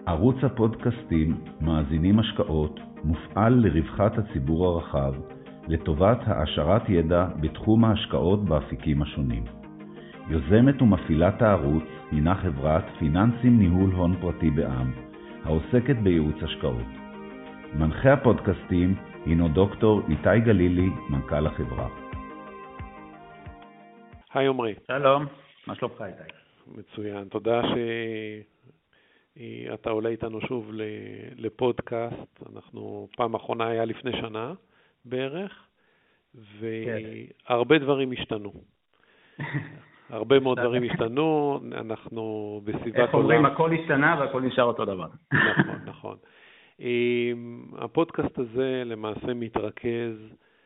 ערוץ הפודקאסטים מאזינים השקעות מופעל לרווחת הציבור הרחב, לטובת העשרת ידע בתחום ההשקעות באפיקים השונים. יוזמת ומפעילת הערוץ הינה חברת פיננסים ניהול הון פרטי בע"מ, העוסקת בייעוץ השקעות. מנחה הפודקאסטים הינו דוקטור איתי גלילי, מנכ"ל החברה. היי עומרי. שלום, מה שלומך איתי? מצוין, תודה שאתה עולה איתנו שוב לפודקאסט. אנחנו פעם אחרונה היה לפני שנה בערך, והרבה דברים השתנו. הרבה מאוד דברים השתנו, אנחנו בסביבת עולם. איך אומרים, הכל השתנה והכל נשאר אותו דבר. נכון, נכון. הפודקאסט הזה למעשה מתרכז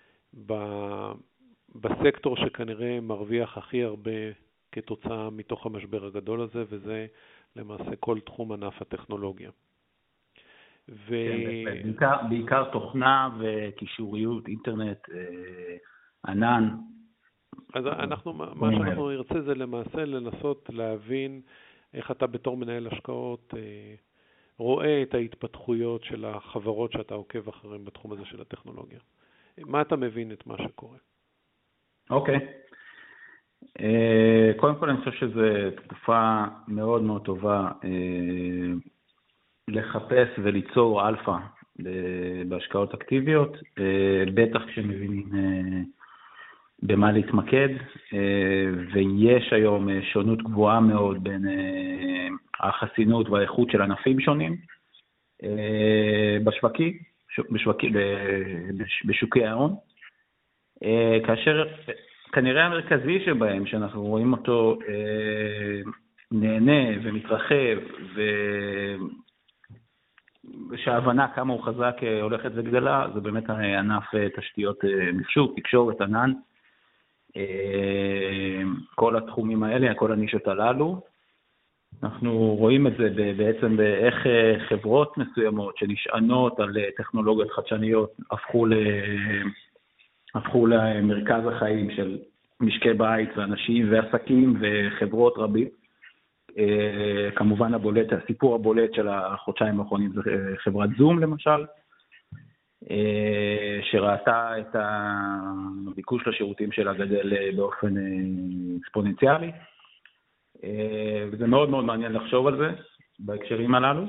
בסקטור שכנראה מרוויח הכי הרבה כתוצאה מתוך המשבר הגדול הזה, וזה למעשה כל תחום ענף הטכנולוגיה. בעיקר תוכנה וקישוריות, אינטרנט, ענן. אז מה שאנחנו נרצה זה למעשה לנסות להבין איך אתה בתור מנהל השקעות רואה את ההתפתחויות של החברות שאתה עוקב אחריהם בתחום הזה של הטכנולוגיה. מה אתה מבין את מה שקורה? אוקיי. קודם כל אני חושב שזו תקופה מאוד מאוד טובה לחפש וליצור אלפא בהשקעות אקטיביות, בטח כשמבינים במה להתמקד, ויש היום שונות גבוהה מאוד בין החסינות והאיכות של ענפים שונים בשוקי ההון, כאשר כנראה המרכזי שבהם, שאנחנו רואים אותו נהנה ומתרחב, ושההבנה כמה הוא חזק הולכת וגדלה, זה באמת ענף תשתיות מחשוב, תקשורת, ענן, כל התחומים האלה, כל הנישות הללו. אנחנו רואים את זה בעצם באיך חברות מסוימות שנשענות על טכנולוגיות חדשניות הפכו למרכז החיים של משקי בית ואנשים ועסקים וחברות רבים. כמובן הסיפור הבולט של החודשיים האחרונים זה חברת זום למשל, שראתה את הביקוש לשירותים שלה גדל באופן אקספוננציאלי, וזה מאוד מאוד מעניין לחשוב על זה בהקשרים הללו.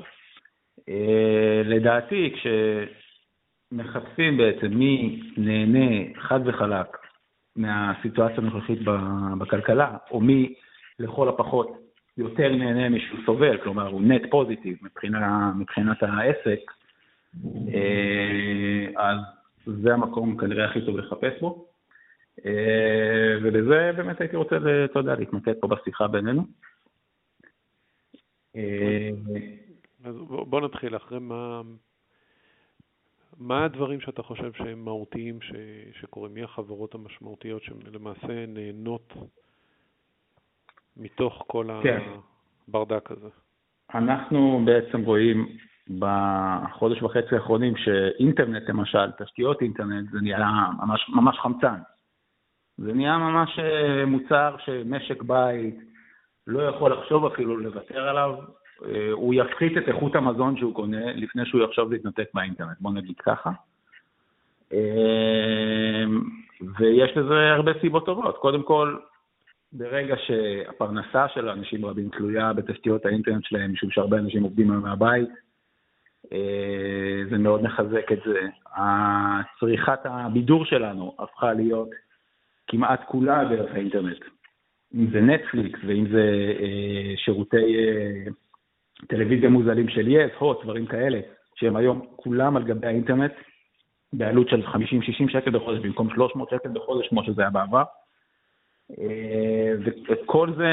לדעתי מחפשים בעצם מי נהנה חד וחלק מהסיטואציה הנוכחית בכלכלה, או מי לכל הפחות יותר נהנה משהו סובל, כלומר הוא נט פוזיטיב מבחינת העסק, אז זה המקום כנראה הכי טוב לחפש בו, ובזה באמת הייתי רוצה להתמקד פה בשיחה בינינו. אז בוא נתחיל אחרי מה הדברים שאתה חושב שהם מהותיים שקורים? מי החברות המשמעותיות שלמעשה נהנות מתוך כל הברדק הזה? אנחנו בעצם רואים בחודש וחצי האחרונים שאינטרנט למשל, תשתיות אינטרנט, זה נהיה ממש חמצן. זה נהיה ממש מוצר שמשק בית לא יכול לחשוב אפילו לוותר עליו, הוא יפחית את איכות המזון שהוא קונה לפני שהוא יחשוב להתנתק באינטרנט, בוא נגיד ככה. ויש לזה הרבה סיבות טובות. קודם כל, ברגע שהפרנסה של אנשים רבים תלויה בתשתיות האינטרנט שלהם, משום שהרבה אנשים עובדים מהבית, זה מאוד מחזק את זה. צריכת הבידור שלנו הפכה להיות כמעט כולה דרך האינטרנט. אם זה נטפליקס ואם זה שירותי טלוויזיה מוזלים של יס, הוט, דברים כאלה, שהם היום כולם על גבי האינטרנט, בעלות של 50-60 שקל בחודש, במקום 300 שקל בחודש, כמו שזה היה בעבר. וכל זה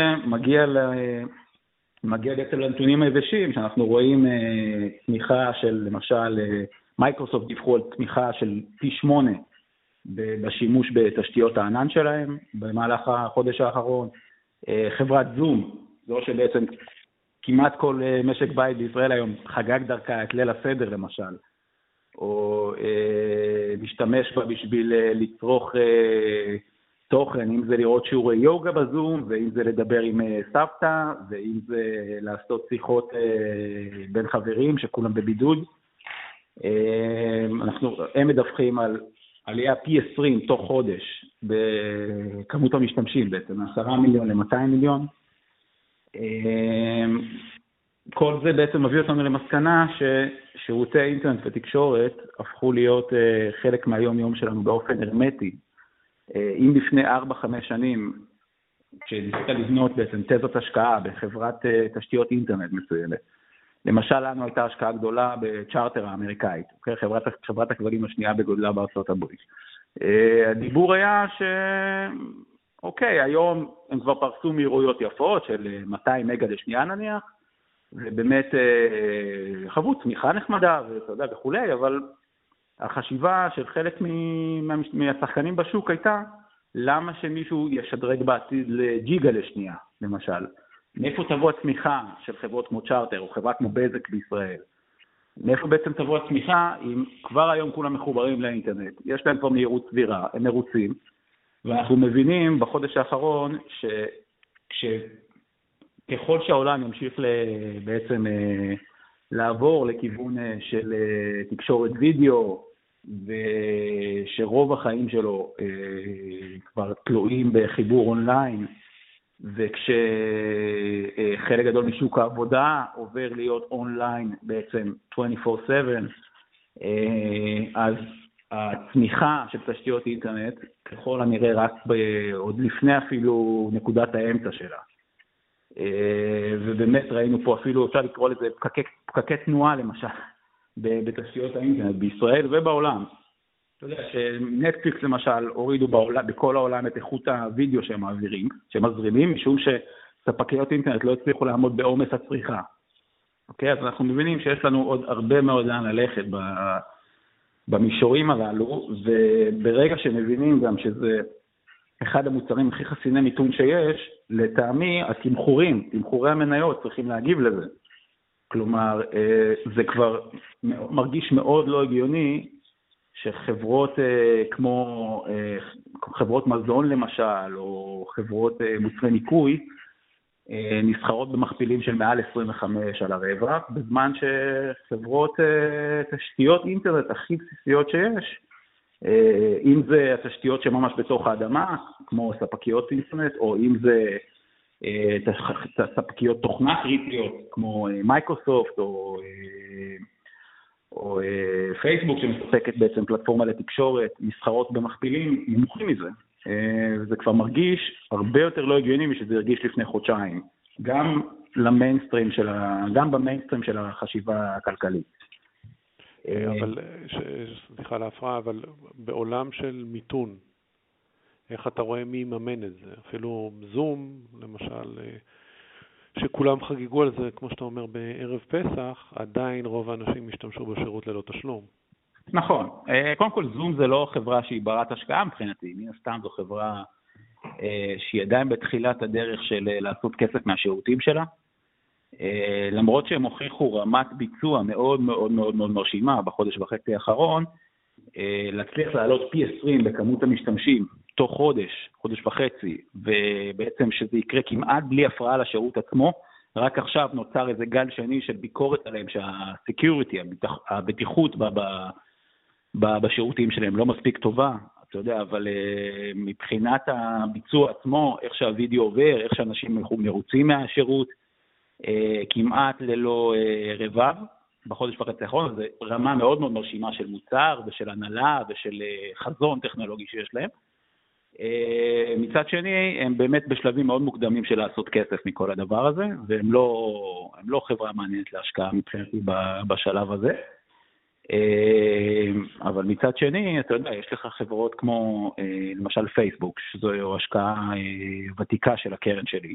מגיע בעצם לנתונים היבשים, שאנחנו רואים תמיכה של, למשל, מייקרוסופט דיווחו על תמיכה של פי 8 בשימוש בתשתיות הענן שלהם, במהלך החודש האחרון. חברת זום, זו שבעצם כמעט כל משק בית בישראל היום חגג דרכה את ליל הסדר למשל, או משתמש בה בשביל לצרוך תוכן, אם זה לראות שיעורי יוגה בזום, ואם זה לדבר עם סבתא, ואם זה לעשות שיחות בין חברים שכולם בבידוד. הם מדווחים על עלייה פי 20 תוך חודש בכמות המשתמשים בעצם, 10 מיליון ל-200 מיליון. כל זה בעצם מביא אותנו למסקנה ששירותי אינטרנט ותקשורת הפכו להיות חלק מהיום יום שלנו באופן הרמטי. אם לפני 4-5 שנים, כשניסית לבנות בעצם תזות השקעה בחברת תשתיות אינטרנט מסוימת, למשל לנו הייתה השקעה גדולה בצ'ארטר האמריקאית, חברת הכבלים השנייה בגודלה בארצות הברית. הדיבור היה אוקיי, היום הם כבר פרסו מהירויות יפות של 200 מגה לשנייה נניח, ובאמת חוו צמיחה נחמדה וכולי, אבל החשיבה של חלק מהשחקנים בשוק הייתה, למה שמישהו ישדרג בעתיד לג'יגה לשנייה, למשל? מאיפה תבוא הצמיחה של חברות כמו צ'ארטר או חברה כמו בזק בישראל? מאיפה בעצם תבוא הצמיחה אם כבר היום כולם מחוברים לאינטרנט? יש להם כבר מהירות סבירה, הם מרוצים, ואנחנו מבינים בחודש האחרון שככל שהעולם ימשיך בעצם לעבור לכיוון של תקשורת וידאו, ושרוב החיים שלו כבר תלויים בחיבור אונליין, וכשחלק גדול משוק העבודה עובר להיות אונליין בעצם 24/7, אז הצמיחה של תשתיות אינטרנט ככל הנראה רק עוד לפני אפילו נקודת האמצע שלה. ובאמת ראינו פה אפילו, אפשר לקרוא לזה פקקי תנועה למשל, בתשתיות האינטרנט בישראל ובעולם. אתה יודע שנטפליקס למשל הורידו בכל העולם את איכות הוידאו שהם מזרימים, משום שספקיות אינטרנט לא הצליחו לעמוד בעומס הצריכה. אוקיי, אז אנחנו מבינים שיש לנו עוד הרבה מאוד לאן ללכת במישורים הללו, וברגע שמבינים גם שזה אחד המוצרים הכי חסיני מיתון שיש, לטעמי תמחורי המניות צריכים להגיב לזה. כלומר, זה כבר מרגיש מאוד לא הגיוני שחברות כמו חברות מזון למשל, או חברות מוצרי ניקוי, נסחרות במכפילים של מעל 25 על הרבע, בזמן שחברות תשתיות אינטרנט הכי בסיסיות שיש, אם זה התשתיות שממש בתוך האדמה, כמו ספקיות אינטרנט, או אם זה ספקיות תוכנה קריטיות, כמו מייקרוסופט או פייסבוק, שמספקת בעצם פלטפורמה לתקשורת, נסחרות במכפילים נמוכים מזה. זה כבר מרגיש הרבה יותר לא הגיוני משזה הרגיש לפני חודשיים, גם במיינסטרים של החשיבה הכלכלית. אבל, סליחה להפרעה, אבל בעולם של מיתון, איך אתה רואה מי יממן את זה? אפילו זום, למשל, שכולם חגיגו על זה, כמו שאתה אומר, בערב פסח, עדיין רוב האנשים השתמשו בשירות ללא תשלום. נכון. קודם כל, זום זה לא חברה שהיא ברת השקעה מבחינתי. מן הסתם זו חברה שהיא עדיין בתחילת הדרך של לעשות כסף מהשירותים שלה. למרות שהם הוכיחו רמת ביצוע מאוד מאוד מאוד מאוד מרשימה בחודש וחצי האחרון, להצליח לעלות פי 20 בכמות המשתמשים תוך חודש וחצי, ובעצם שזה יקרה כמעט בלי הפרעה לשירות עצמו. רק עכשיו נוצר איזה גל שני של ביקורת עליהם, שהסקיוריטי, הבטיחות בשירותים שלהם לא מספיק טובה, אתה יודע, אבל מבחינת הביצוע עצמו, איך שהווידאו עובר, איך שאנשים מרוצים מהשירות, כמעט ללא רבב בחודש וחצי האחרון. זה רמה מאוד מאוד מרשימה של מוצר ושל הנהלה ושל חזון טכנולוגי שיש להם. מצד שני, הם באמת בשלבים מאוד מוקדמים של לעשות כסף מכל הדבר הזה, והם לא חברה מעניינת להשקעה מבחינתי בשלב הזה. אבל מצד שני, אתה יודע, יש לך חברות כמו למשל פייסבוק, שזו השקעה ותיקה של הקרן שלי.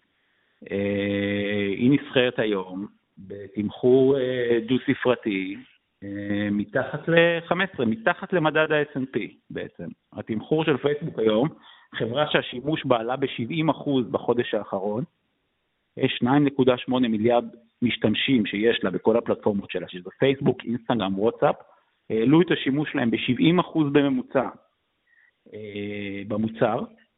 היא נסחרת היום בתמחור דו-ספרתי, מתחת ל-15, מתחת למדד ה-S&P בעצם. התמחור של פייסבוק היום, חברה שהשימוש בעלה ב-70% בחודש האחרון, יש 2.8 מיליארד משתמשים שיש לה בכל הפלטפורמות שלה, שזה פייסבוק, אינסטגרם, וואטסאפ, העלו את השימוש להם ב-70% בממוצע במוצר,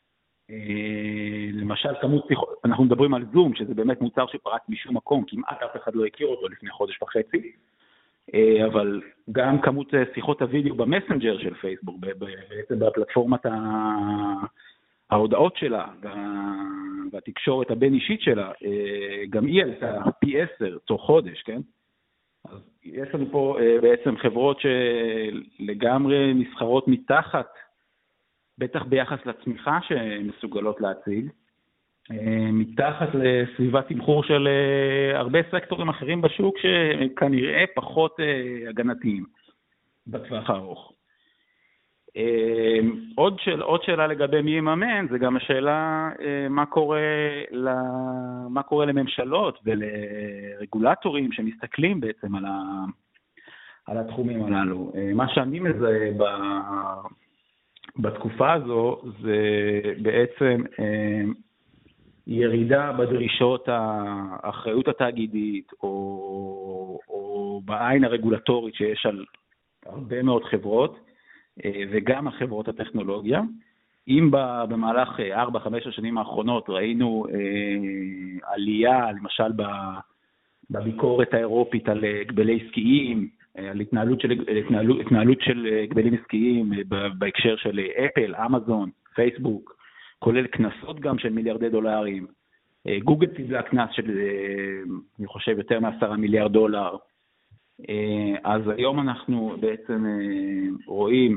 למשל, כמות שיחות, אנחנו מדברים על זום, שזה באמת מוצר שפרץ משום מקום, כמעט אף אחד לא הכיר אותו לפני חודש וחצי, אבל גם כמות שיחות הוידאו במסנג'ר של פייסבוק, בעצם בפלטפורמת ההודעות שלה והתקשורת הבין אישית שלה, גם היא עלתה פי 10 תוך חודש, כן? אז יש לנו פה בעצם חברות שלגמרי נסחרות מתחת, בטח ביחס לצמיחה שמסוגלות להציג, מתחת לסביבת תמחור של הרבה סקטורים אחרים בשוק שכנראה פחות הגנתיים בטווח הארוך. עוד שאלה לגבי מי יממן, זה גם השאלה מה קורה לממשלות ולרגולטורים שמסתכלים בעצם על התחומים הללו. מה שאני מזהה בתקופה הזו זה בעצם ירידה בדרישות האחריות התאגידית או בעין הרגולטורית שיש על הרבה מאוד חברות, וגם החברות הטכנולוגיה. אם במהלך 4-5 השנים האחרונות ראינו עלייה, למשל בביקורת האירופית על גבלי עסקיים, על התנהלות של גבלים עסקיים בהקשר של אפל, אמזון, פייסבוק, כולל כנסות גם של מיליארדי דולרים. גוגל קיבלה כנס של, אני חושב, יותר מ$10 מיליארד. אז היום אנחנו בעצם רואים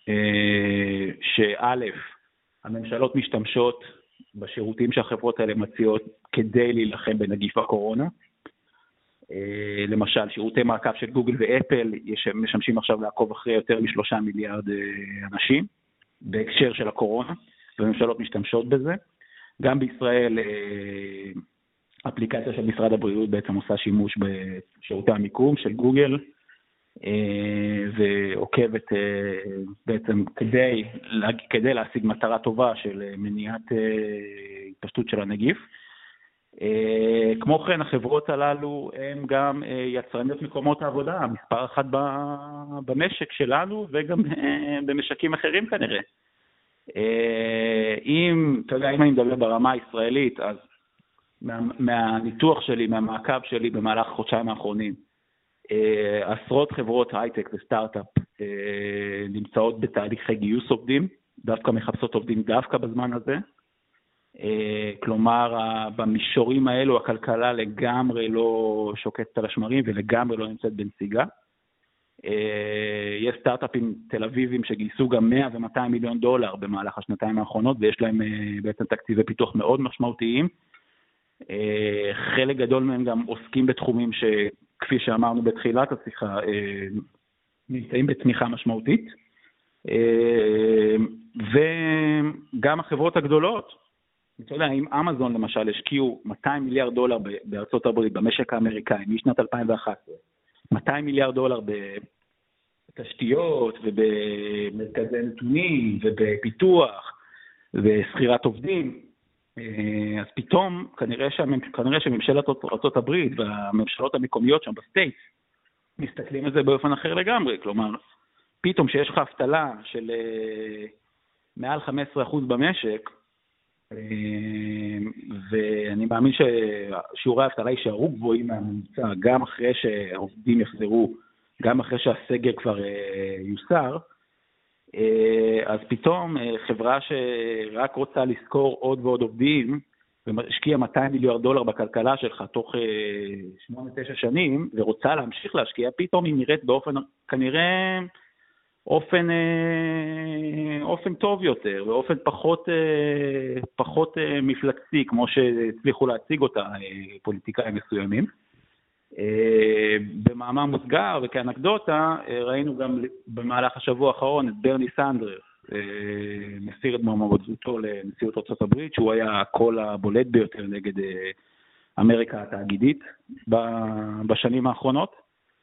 שא', הממשלות משתמשות בשירותים שהחברות האלה מציעות כדי להילחם בנגיף הקורונה. למשל, שירותי מעקב של גוגל ואפל משמשים עכשיו לעקוב אחרי יותר מ3 מיליארד אנשים בהקשר של הקורונה, וממשלות משתמשות בזה. גם בישראל אפליקציה של משרד הבריאות בעצם עושה שימוש בשירותי המיקום של גוגל, ועוקבת בעצם כדי להשיג מטרה טובה של מניעת התפשטות של הנגיף. כמו כן, החברות הללו הן גם יצרניות מקומות העבודה, מספר אחת במשק שלנו וגם במשקים אחרים כנראה. אם אני מדבר ברמה הישראלית, אז מהניתוח שלי, מהמעקב שלי במהלך חודשיים האחרונים, עשרות חברות הייטק וסטארט-אפ נמצאות בתהליכי גיוס עובדים, דווקא מחפשות עובדים דווקא בזמן הזה. כלומר, במישורים האלו הכלכלה לגמרי לא שוקטת על השמרים ולגמרי לא נמצאת בנסיגה. יש סטארט-אפים תל אביבים שגייסו גם $100 ו-200 מיליון במהלך השנתיים האחרונות, ויש להם בעצם תקציבי פיתוח מאוד משמעותיים. חלק גדול מהם גם עוסקים בתחומים שכפי שאמרנו בתחילת השיחה, נמצאים בתמיכה משמעותית. וגם החברות הגדולות, אתה יודע, אם אמזון למשל השקיעו $200 מיליארד בארצות הברית, במשק האמריקאי, משנת 2011, $200 מיליארד בתשתיות ובמרכזי נתונים ובפיתוח וסחירת עובדים, אז פתאום כנראה שממשלת ארצות הברית והממשלות המקומיות שם בסטייטס מסתכלים על זה באופן אחר לגמרי. כלומר, פתאום שיש לך אבטלה של מעל 15% במשק, ואני מאמין ששיעורי האבטלה יישארו גבוהים מהממוצע, גם אחרי שהעובדים יחזרו, גם אחרי שהסגר כבר יוסר, אז פתאום חברה שרק רוצה לשכור עוד ועוד עובדים, והשקיעה $200 מיליארד בכלכלה שלך תוך 8-9 שנים, ורוצה להמשיך להשקיע, פתאום היא נראית באופן, כנראה אופן טוב יותר, ואופן פחות מפלגתי, כמו שהצליחו להציג אותה פוליטיקאים מסוימים. במאמר מוסגר וכאנקדוטה, ראינו גם במהלך השבוע האחרון את ברני סנדרס, מסיר את מועמדותו לנשיאות ארצות הברית, שהוא היה הקול הבולט ביותר נגד אמריקה התאגידית בשנים האחרונות.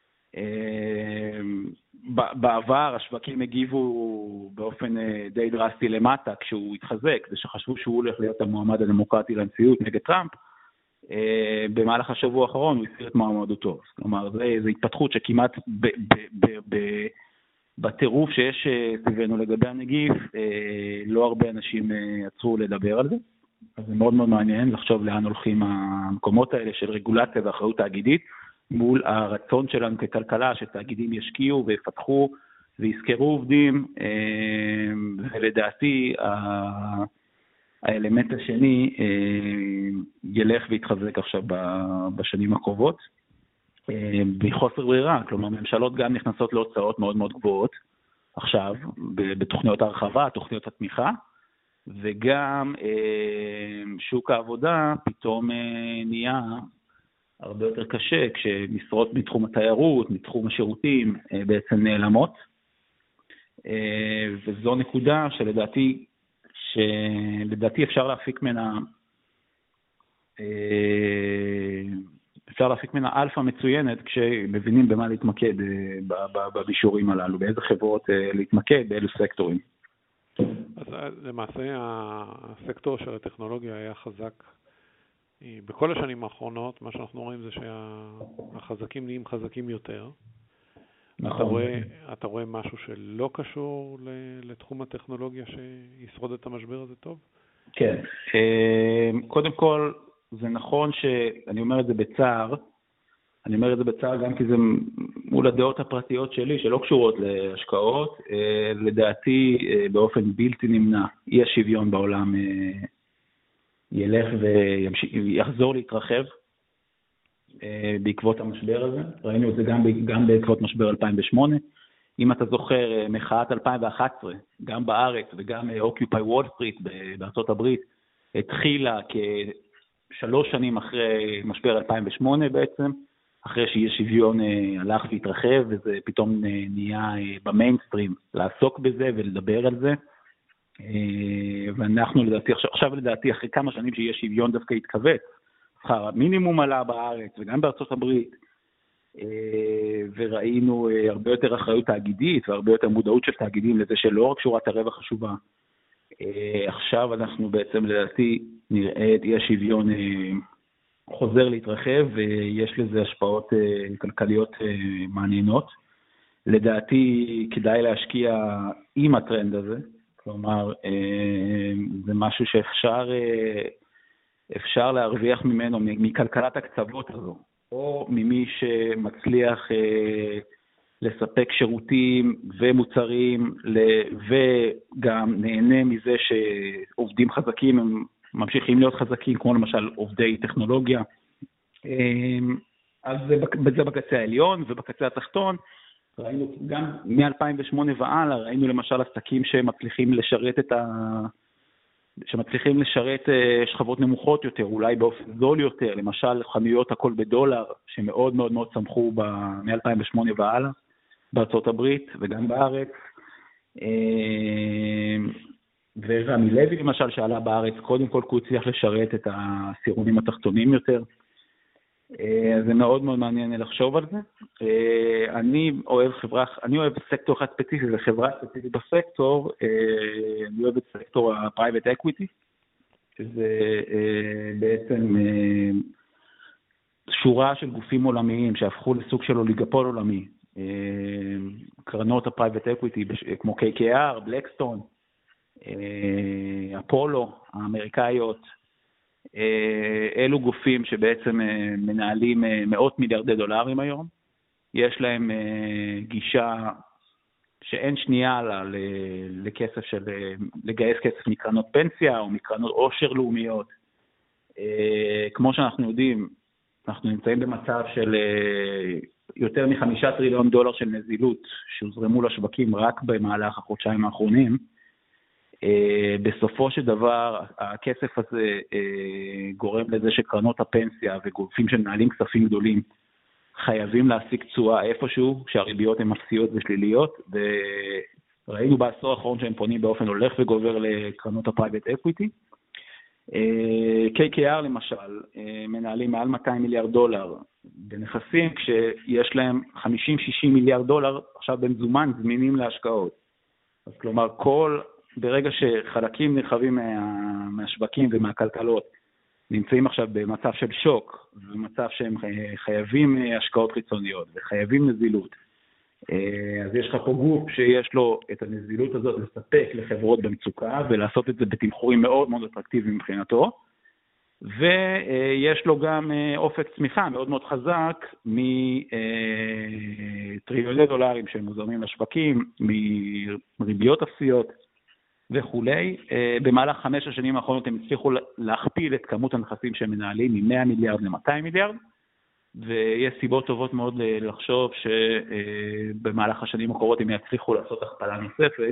בעבר השווקים הגיבו באופן די דרסטי למטה כשהוא התחזק, ושחשבו שהוא הולך להיות המועמד הדמוקרטי לנשיאות נגד טראמפ. במהלך השבוע האחרון הוא הסיר את מועמדותו. כלומר, זו התפתחות שכמעט בטירוף שיש סביבנו לגבי הנגיף, לא הרבה אנשים עצרו לדבר על זה. אז זה מאוד מאוד מעניין לחשוב לאן הולכים המקומות האלה של רגולציה ואחריות תאגידית, מול הרצון שלנו ככלכלה, שתאגידים ישקיעו ויפתחו ויזכרו עובדים, ולדעתי האלמנט השני ילך ויתחזק עכשיו בשנים הקרובות, בחוסר ברירה, כלומר ממשלות גם נכנסות להוצאות מאוד מאוד גבוהות, עכשיו, בתוכניות הרחבה, תוכניות התמיכה, וגם שוק העבודה פתאום נהיה הרבה יותר קשה, כשמשרות מתחום התיירות, מתחום השירותים בעצם נעלמות, וזו נקודה שלדעתי אפשר להפיק ממנה אלפא מצוינת, כשמבינים במה להתמקד בבישורים הללו, באיזה חברות להתמקד, באילו סקטורים. אז למעשה הסקטור של הטכנולוגיה היה חזק בכל השנים האחרונות. מה שאנחנו רואים זה שהחזקים נהיים חזקים יותר. נכון. אתה רואה משהו שלא קשור לתחום הטכנולוגיה שישרוד את המשבר הזה טוב? כן. קודם כל, זה נכון שאני אומר את זה בצער, גם כי זה מול הדעות הפרטיות שלי, שלא קשורות להשקעות. לדעתי, באופן בלתי נמנע, אי השוויון בעולם ילך ויחזור להתרחב בעקבות המשבר הזה. ראינו את זה גם בעקבות משבר 2008. אם אתה זוכר, מחאת 2011, גם בארץ וגם Occupy Wall Street בארצות הברית, התחילה כ3 שנים אחרי משבר 2008 בעצם, אחרי שאי שוויון הלך והתרחב, וזה פתאום נהיה במיינסטרים לעסוק בזה ולדבר על זה. ואנחנו לדעתי, אחרי כמה שנים שאי שוויון דווקא התכווץ, שכר המינימום עלה בארץ וגם בארצות הברית, וראינו הרבה יותר אחריות תאגידית והרבה יותר מודעות של תאגידים לזה שלא רק שורת הרווח חשובה. עכשיו אנחנו בעצם לדעתי נראה את אי השוויון חוזר להתרחב, ויש לזה השפעות כלכליות מעניינות. לדעתי כדאי להשקיע עם הטרנד הזה, כלומר זה משהו שאפשר להרוויח ממנו, מכלכלת הקצוות הזו, או ממי שמצליח לספק שירותים ומוצרים, וגם נהנה מזה שעובדים חזקים הם ממשיכים להיות חזקים, כמו למשל עובדי טכנולוגיה. אז זה בקצה העליון, ובקצה התחתון ראינו גם מ-2008 ועלה, ראינו למשל עסקים שמצליחים לשרת שכבות נמוכות יותר, אולי באופן זול יותר, למשל חנויות הכל בדולר, שמאוד מאוד מאוד צמחו מ-2008 ועלה, בארצות הברית וגם בארץ. ורמי לוי למשל שעלה בארץ, קודם כל הוא הצליח לשרת את העשירונים התחתונים יותר. זה מאוד מאוד מעניין לחשוב על זה. אני אוהב סקטור אחד ספציפי, וחברה ספציפית בסקטור, אני אוהב את סקטור ה-Private Equity, שזה בעצם שורה של גופים עולמיים שהפכו לסוג של אוליגופול עולמי. קרנות ה-Private Equity כמו KKR, בלקסטון, אפולו, האמריקאיות, אלו גופים שבעצם מנהלים מאות מיליארדי דולרים היום. יש להם גישה שאין שנייה לה לכסף לגייס כסף מקרנות פנסיה או מקרנות עושר לאומיות. כמו שאנחנו יודעים, אנחנו נמצאים במצב של יותר מ$5 טריליון של נזילות שהוזרמו לשווקים רק במהלך החודשיים האחרונים. בסופו של דבר, הכסף הזה גורם לזה שקרנות הפנסיה וגופים שמנהלים כספים גדולים חייבים להשיג תשואה איפשהו, שהריביות הן אפסיות ושליליות, וראינו בעשור האחרון שהם פונים באופן הולך וגובר לקרנות ה-Private Equity. KKR למשל, מנהלים מעל $200 מיליארד בנכסים, כשיש להם $50-60 מיליארד עכשיו במזומן זמינים להשקעות. אז כלומר, ברגע שחלקים נרחבים מהשווקים ומהכלכלות נמצאים עכשיו במצב של שוק, במצב שהם חייבים השקעות חיצוניות וחייבים נזילות, אז יש לך פה גוף שיש לו את הנזילות הזאת לספק לחברות במצוקה, ולעשות את זה בתמחורים מאוד מאוד אטרקטיביים מבחינתו, ויש לו גם אופק צמיחה מאוד מאוד חזק מטריליוני דולרים שמוזרמים לשווקים, מריביות אפסיות וכולי. במהלך 5 השנים האחרונות הם הצליחו להכפיל את כמות הנכסים שהם מנהלים מ-100 מיליארד ל-200 מיליארד, ויש סיבות טובות מאוד לחשוב שבמהלך השנים הקרובות הם יצליחו לעשות הכפלה נוספת,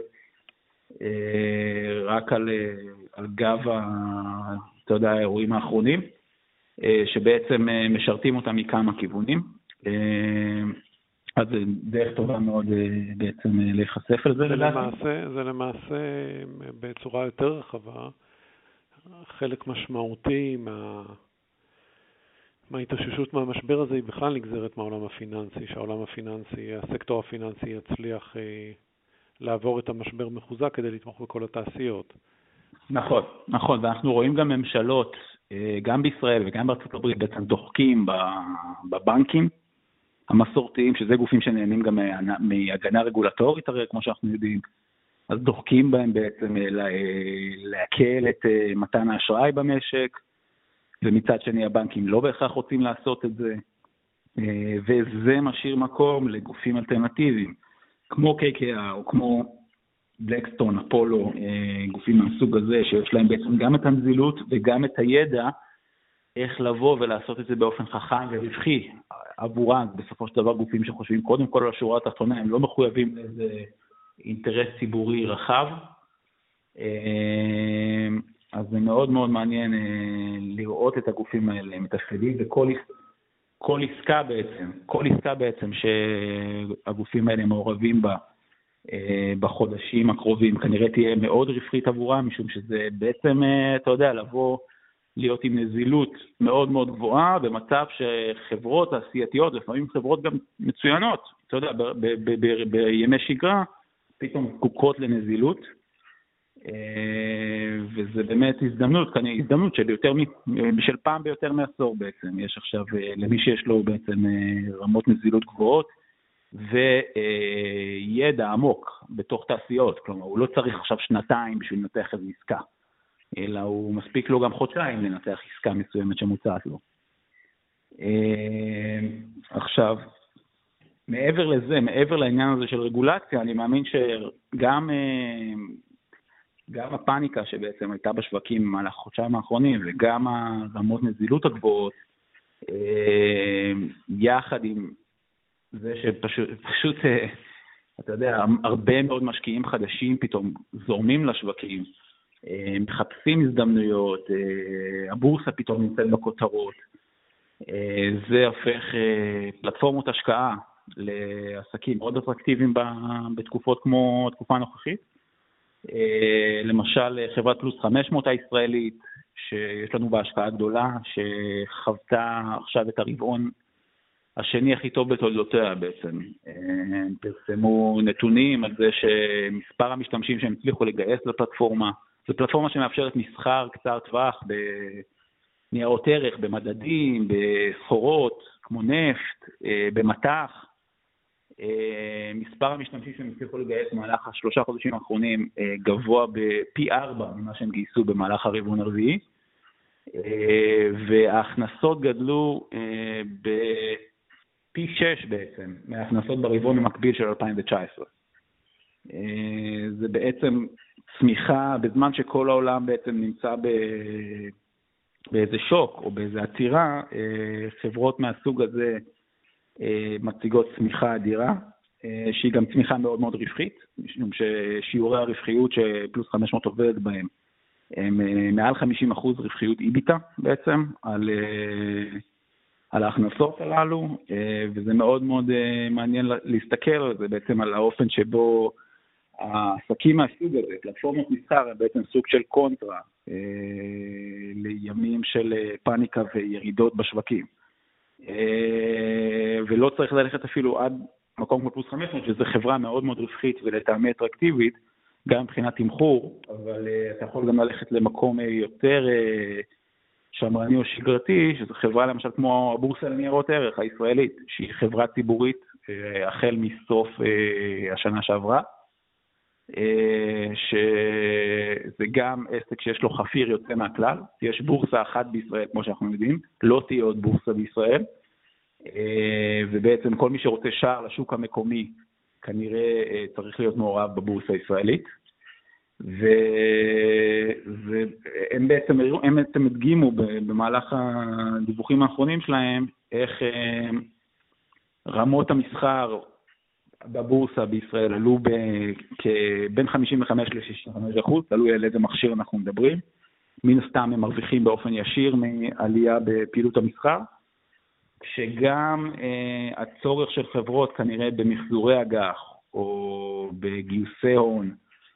רק על גב האירועים האחרונים, שבעצם משרתים אותם מכמה כיוונים. אז זה דרך טובה מאוד בעצם להיחשף על זה. זה למעשה בצורה יותר רחבה, חלק משמעותי מההתאוששות מהמשבר הזה היא בכלל נגזרת מהעולם הפיננסי, שהעולם הפיננסי, הסקטור הפיננסי יצליח לעבור את המשבר מחוזק כדי לתמוך בכל התעשיות. נכון, נכון, ואנחנו רואים גם ממשלות, גם בישראל וגם בארצות הברית, בעצם דוחקים בבנקים המסורתיים, שזה גופים שנהנים גם מהגנה רגולטורית, הרי כמו שאנחנו יודעים, אז דוחקים בהם בעצם להקל את מתן האשראי במשק, ומצד שני הבנקים לא בהכרח רוצים לעשות את זה, וזה משאיר מקום לגופים אלטרנטיביים, כמו KKR או כמו בלקסטון, אפולו, גופים מהסוג הזה, שיש להם בעצם גם את הנזילות וגם את הידע, איך לבוא ולעשות את זה באופן חכם ורווחי עבורם. בסופו של דבר גופים שחושבים קודם כל על השורה התחתונה, הם לא מחויבים לאיזה אינטרס ציבורי רחב, אז זה מאוד מאוד מעניין לראות את הגופים האלה מתפקדים, וכל עסקה בעצם שהגופים האלה מעורבים בה בחודשים הקרובים, כנראה תהיה מאוד רווחית עבורם, משום שזה בעצם, אתה יודע, לבוא להיות עם נזילות מאוד מאוד גבוהה, במצב שחברות תעשייתיות, לפעמים חברות גם מצוינות, אתה יודע, בימי שגרה, פתאום זקוקות לנזילות, וזה באמת הזדמנות של פעם ביותר מעשור בעצם. יש עכשיו, למי שיש לו בעצם רמות נזילות גבוהות, וידע עמוק בתוך תעשיות, כלומר, הוא לא צריך עכשיו 2 בשביל לנתח איזו עסקה, אלא הוא מספיק לו גם חודשיים לנתח עסקה מסוימת שמוצעת לו. עכשיו, מעבר לזה, מעבר לעניין הזה של רגולציה, אני מאמין שגם הפאניקה שבעצם הייתה בשווקים במהלך החודשיים האחרונים, וגם הרמות נזילות הגבוהות, יחד עם זה שפשוט, אתה יודע, הרבה מאוד משקיעים חדשים פתאום זורמים לשווקים, מחפשים הזדמנויות, הבורסה פתאום נמצאת בכותרות, זה הופך פלטפורמות השקעה לעסקים מאוד אטרקטיביים בתקופות כמו התקופה הנוכחית. למשל חברת פלוס 500 הישראלית, שיש לנו בה השקעה גדולה, שחוותה עכשיו את הרבעון השני הכי טוב בתולדותיה בעצם. פרסמו נתונים על זה שמספר המשתמשים שהם הצליחו לגייס לפלטפורמה, זו פלטפורמה שמאפשרת מסחר קצר טווח בניירות ערך, במדדים, בסחורות, כמו נפט, במטח. מספר המשתמשים שהם הצליחו לגייס במהלך 3 חודשים האחרונים גבוה בפי 4 ממה שהם גייסו במהלך הרבעון הרביעי, וההכנסות גדלו בפי 6 בעצם מההכנסות ברבעון המקביל של 2019. זה בעצם צמיחה בזמן שכל העולם בעצם נמצא באיזה שוק או באיזה עצירה, חברות מהסוג הזה מציגות צמיחה אדירה, שהיא גם צמיחה מאוד מאוד רווחית, משום ששיעורי הרווחיות שפלוס 500 עובד בהם, הם מעל 50% רווחיות איביטה בעצם, על ההכנסות הללו, וזה מאוד מאוד מעניין להסתכל על זה בעצם, על האופן שבו העסקים מהסוג הזה, פלטפורמות מסחר, הם בעצם סוג של קונטרה לימים של פאניקה וירידות בשווקים. ולא צריך ללכת אפילו עד מקום כמו פלוס 500, שזו חברה מאוד מאוד רווחית ולטעמי אטרקטיבית, גם מבחינת תמחור, אבל אתה יכול גם ללכת למקום יותר שמרני או שגרתי, שזו חברה למשל כמו הבורסה לניירות ערך הישראלית, שהיא חברה ציבורית החל מסוף השנה שעברה, שזה גם עסק שיש לו חפיר יוצא מהכלל. יש בורסה אחת בישראל, כמו שאנחנו יודעים, לא תהיה עוד בורסה בישראל, ובעצם כל מי שרוצה שער לשוק המקומי, כנראה צריך להיות מעורב בבורסה הישראלית, והם בעצם הדגימו במהלך הדיווחים האחרונים שלהם, איך רמות המסחר בבורסה בישראל עלו בין 55 ל-65%, תלוי על איזה מכשיר אנחנו מדברים. מן הסתם הם מרוויחים באופן ישיר מעלייה בפעילות המסחר, כשגם הצורך של חברות כנראה במחזורי אג"ח או בגיוסי הון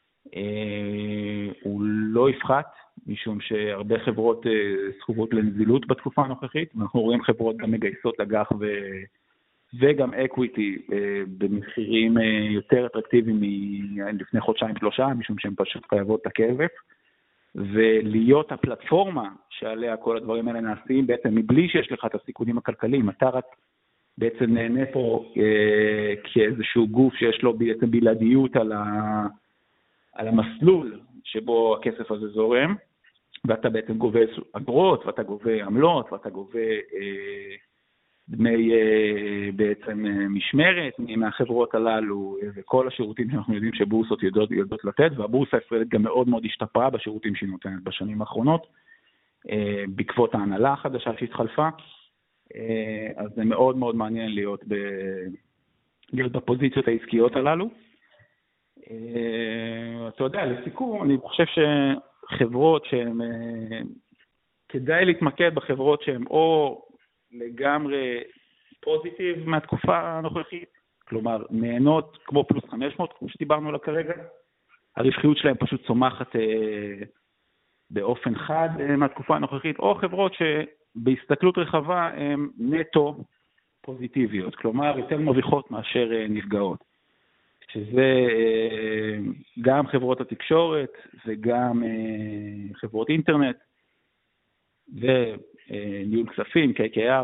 הוא לא יפחת, משום שהרבה חברות סחובות לנזילות בתקופה הנוכחית, ואנחנו רואים חברות גם מגייסות אג"ח וגם אקוויטי במחירים יותר אטרקטיביים מלפני חודשיים-שלושה, משום שהן פשוט חייבות את הכסף, ולהיות הפלטפורמה שעליה כל הדברים האלה נעשים, בעצם מבלי שיש לך את הסיכונים הכלכליים, אתה רק בעצם נהנה פה כאיזשהו גוף שיש לו בעצם בלעדיות על המסלול שבו הכסף הזה זורם, ואתה בעצם גובה אגרות, ואתה גובה עמלות, ואתה גובה דמי בעצם משמרת מהחברות הללו, וכל השירותים שאנחנו יודעים שבורסות יודעות לתת, והבורסה הישראלית גם מאוד מאוד השתפרה בשירותים שהיא נותנת בשנים האחרונות, בעקבות ההנהלה החדשה שהתחלפה, אז זה מאוד מאוד מעניין להיות בפוזיציות העסקיות הללו. אתה יודע, לסיכום, אני חושב שחברות שהן, כדאי להתמקד בחברות שהן או לגמרי פוזיטיב מהתקופה הנוכחית, כלומר נהנות כמו פלוס 500, כמו שדיברנו לה כרגע, הרווחיות שלהם פשוט צומחת באופן חד מהתקופה הנוכחית, או חברות שבהסתכלות רחבה הן נטו פוזיטיביות, כלומר יותר מרוויחות מאשר נפגעות, שזה גם חברות התקשורת וגם חברות אינטרנט וניהול כספים, KKR.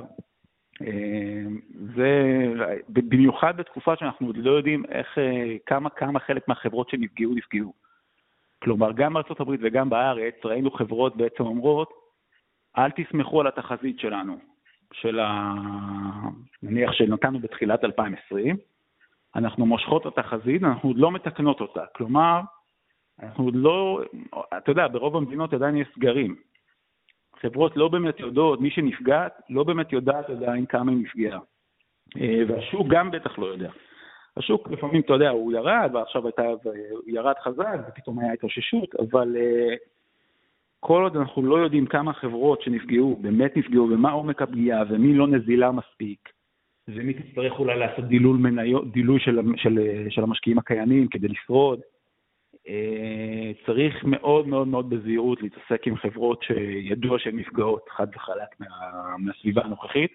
זה במיוחד בתקופה שאנחנו לא יודעים כמה חלק מהחברות שנפגעו. כלומר, גם בארצות הברית וגם בארץ ראינו חברות בעצם אומרות, אל תסמכו על התחזית שלנו, נניח שנתנו בתחילת 2020, אנחנו מושכות את התחזית, אנחנו עוד לא מתקנות אותה. כלומר, אנחנו עוד לא, אתה יודע, ברוב המדינות עדיין יש סגרים. חברות לא באמת יודעות, מי שנפגעת לא באמת יודעת עדיין כמה היא נפגעה. והשוק גם בטח לא יודע. השוק לפעמים, אתה יודע, הוא ירד, ועכשיו הוא ירד חזק, ופתאום היה התאוששות, אבל כל עוד אנחנו לא יודעים כמה חברות שנפגעו, באמת נפגעו, ומה עומק הפגיעה, ומי לא נזילה מספיק, ומי תצטרך אולי לעשות דילוי של המשקיעים הקיימים כדי לשרוד, צריך מאוד מאוד מאוד בזהירות להתעסק עם חברות שידוע שהן נפגעות חד וחלק מהסביבה הנוכחית,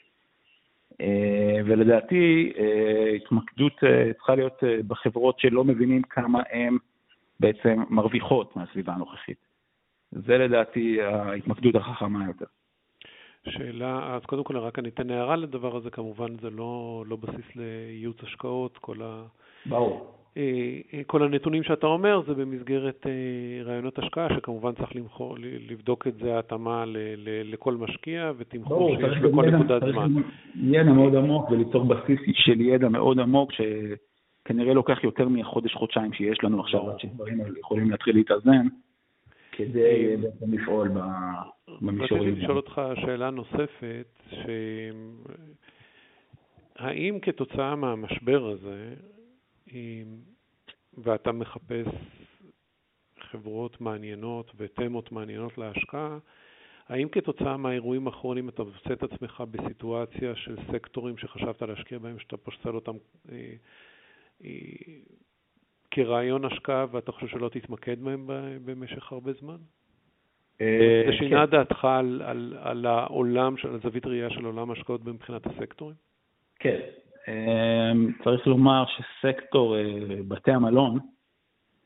ולדעתי התמקדות צריכה להיות בחברות שלא מבינים כמה הן בעצם מרוויחות מהסביבה הנוכחית. זה לדעתי ההתמקדות החכמה יותר. שאלה, אז קודם כל רק אני אתן הערה לדבר הזה, כמובן זה לא בסיס לייעוץ השקעות, ברור. כל הנתונים שאתה אומר זה במסגרת רעיונות השקעה, שכמובן צריך לבדוק את זה התאמה לכל משקיע ותמחור שיש בכל נקודת זמן. ידע מאוד עמוק וליצור בסיס של ידע מאוד עמוק שכנראה לוקח יותר מחודש-חודשיים שיש לנו עכשיו, שדברים יכולים להתחיל להתאזן כדי לפעול במישורים. רציתי לשאול אותך שאלה נוספת, האם כתוצאה מהמשבר הזה, ואתה מחפש חברות מעניינות ותמות מעניינות להשקעה, האם כתוצאה מהאירועים האחרונים אתה מוצא את עצמך בסיטואציה של סקטורים שחשבת להשקיע בהם, שאתה פוסל אותם כרעיון השקעה ואתה חושב שלא תתמקד בהם במשך הרבה זמן? זה שינה דעתך על העולם, על הזווית ראייה של עולם ההשקעות מבחינת הסקטורים? כן. צריך לומר שסקטור בתי המלון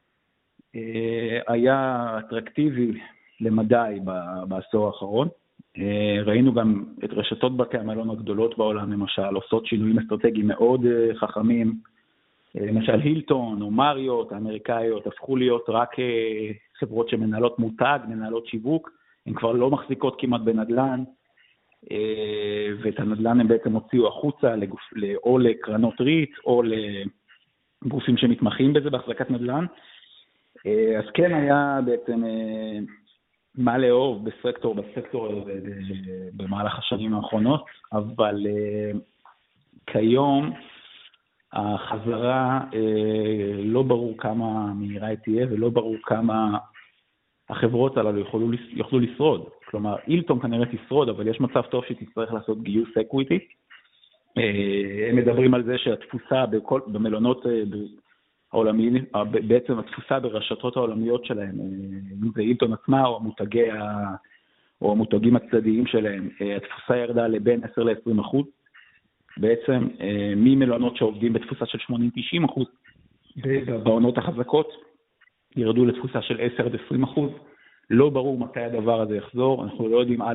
היה אטרקטיבי למדי בעשור האחרון, ראינו גם את רשתות בתי המלון הגדולות בעולם, למשל, עושות שינויים אסטרטגיים מאוד חכמים. למשל הילטון או מריוט, האמריקאיות, הפכו להיות רק חברות שמנהלות מותג, מנהלות שיווק, הן כבר לא מחזיקות כמעט בנדלן, ואת הנדלן הם בעצם הוציאו החוצה או לקרנות ריט, או לגופים שמתמחים בזה, בהחזקת נדלן. אז כן היה בעצם מה לאהוב בסקטור במהלך השנים האחרונות, אבל כיום החזרה לא ברור כמה מהירה היא תהיה, ולא ברור כמה החברות הללו יוכלו לשרוד. כלומר, הילטון כנראה תשרוד, אבל יש מצב טוב שתצטרך לעשות גיוס אקוויטי. הם מדברים על זה שהתפוסה במלונות העולמיים, בעצם התפוסה ברשתות העולמיות שלהם, אם זה הילטון עצמה או המותגים הצדדיים שלהם, התפוסה ירדה לבין 10-20%. בעצם ממלונות שעובדים בתפוסה של 80-90%, ובעונות החזקות ירדו לתפוסה של 10-20%. לא ברור מתי הדבר הזה יחזור, אנחנו לא יודעים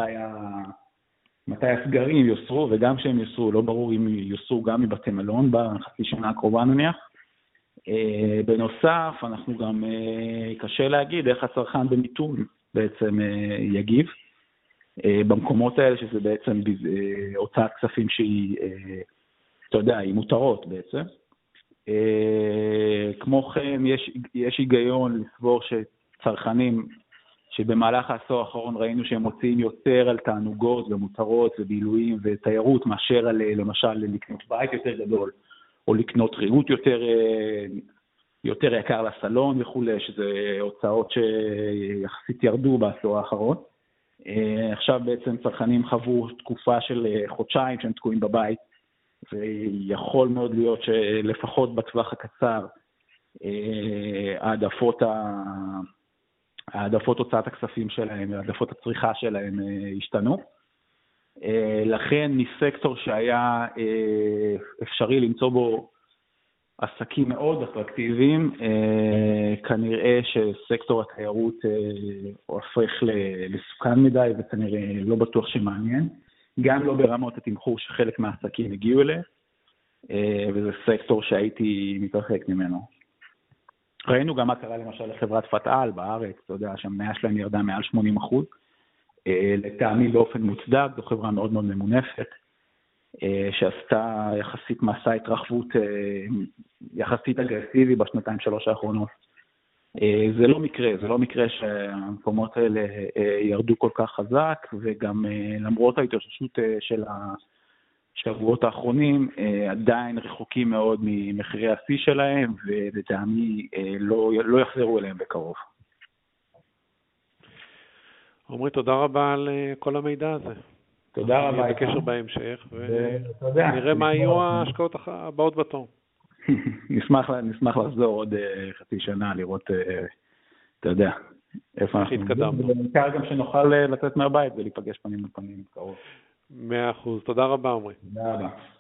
מתי הסגרים יוסרו, וגם שהם יוסרו, לא ברור אם יוסרו גם מבתי מלון בחצי שנה הקרובה נניח. בנוסף, אנחנו גם קשה להגיד איך הצרכן במיתון בעצם יגיב. במקומות האלה שזה בעצם הוצאת כספים שהיא, אתה יודע, היא מותרות בעצם. כמו כן, יש היגיון לסבור שצרכנים שבמהלך העשור האחרון ראינו שהם מוציאים יותר על תענוגות ומותרות ובילויים ותיירות מאשר על למשל לקנות בית יותר גדול או לקנות ריהוט יותר יקר לסלון וכו', שזה הוצאות שיחסית ירדו בעשור האחרון. עכשיו בעצם צרכנים חוו תקופה של חודשיים שהם תקועים בבית, ויכול מאוד להיות שלפחות בטווח הקצר העדפות הוצאת הכספים שלהם, העדפות הצריכה שלהם השתנו. לכן מסקטור שהיה אפשרי למצוא בו עסקים מאוד אטרקטיביים, כנראה שסקטור התיירות הופך לסוכן מדי, וכנראה לא בטוח שמעניין, גם לא ברמות התמחור שחלק מהעסקים הגיעו אליהם, וזה סקטור שהייתי מתרחק ממנו. ראינו גם מה קרה למשל לחברת פתאל בארץ, אתה יודע, שהמניה שלהם ירדה מעל 80%, לטעמי באופן מוצדק, זו חברה מאוד מאוד ממונפת, שעשתה יחסית מסע התרחבות יחסית אגרסיבי בשנתיים-שלוש האחרונות. זה לא מקרה שהמקומות האלה ירדו כל כך חזק, וגם למרות ההתאוששות של השבועות האחרונים, עדיין רחוקים מאוד ממחירי השיא שלהם, ולטעמי לא יחזרו אליהם בקרוב. עומרי, תודה רבה על כל המידע הזה. תודה רבה. נהיה בקשר בהמשך, ונראה מה יהיו ההשקעות הבאות בתור. נשמח לחזור עוד חצי שנה, לראות, אתה יודע, איפה אנחנו התקדמנו. בעיקר גם שנוכל לצאת מהבית ולהיפגש פנים לפנים קרוב. 100%. תודה רבה, עומרי. תודה רבה.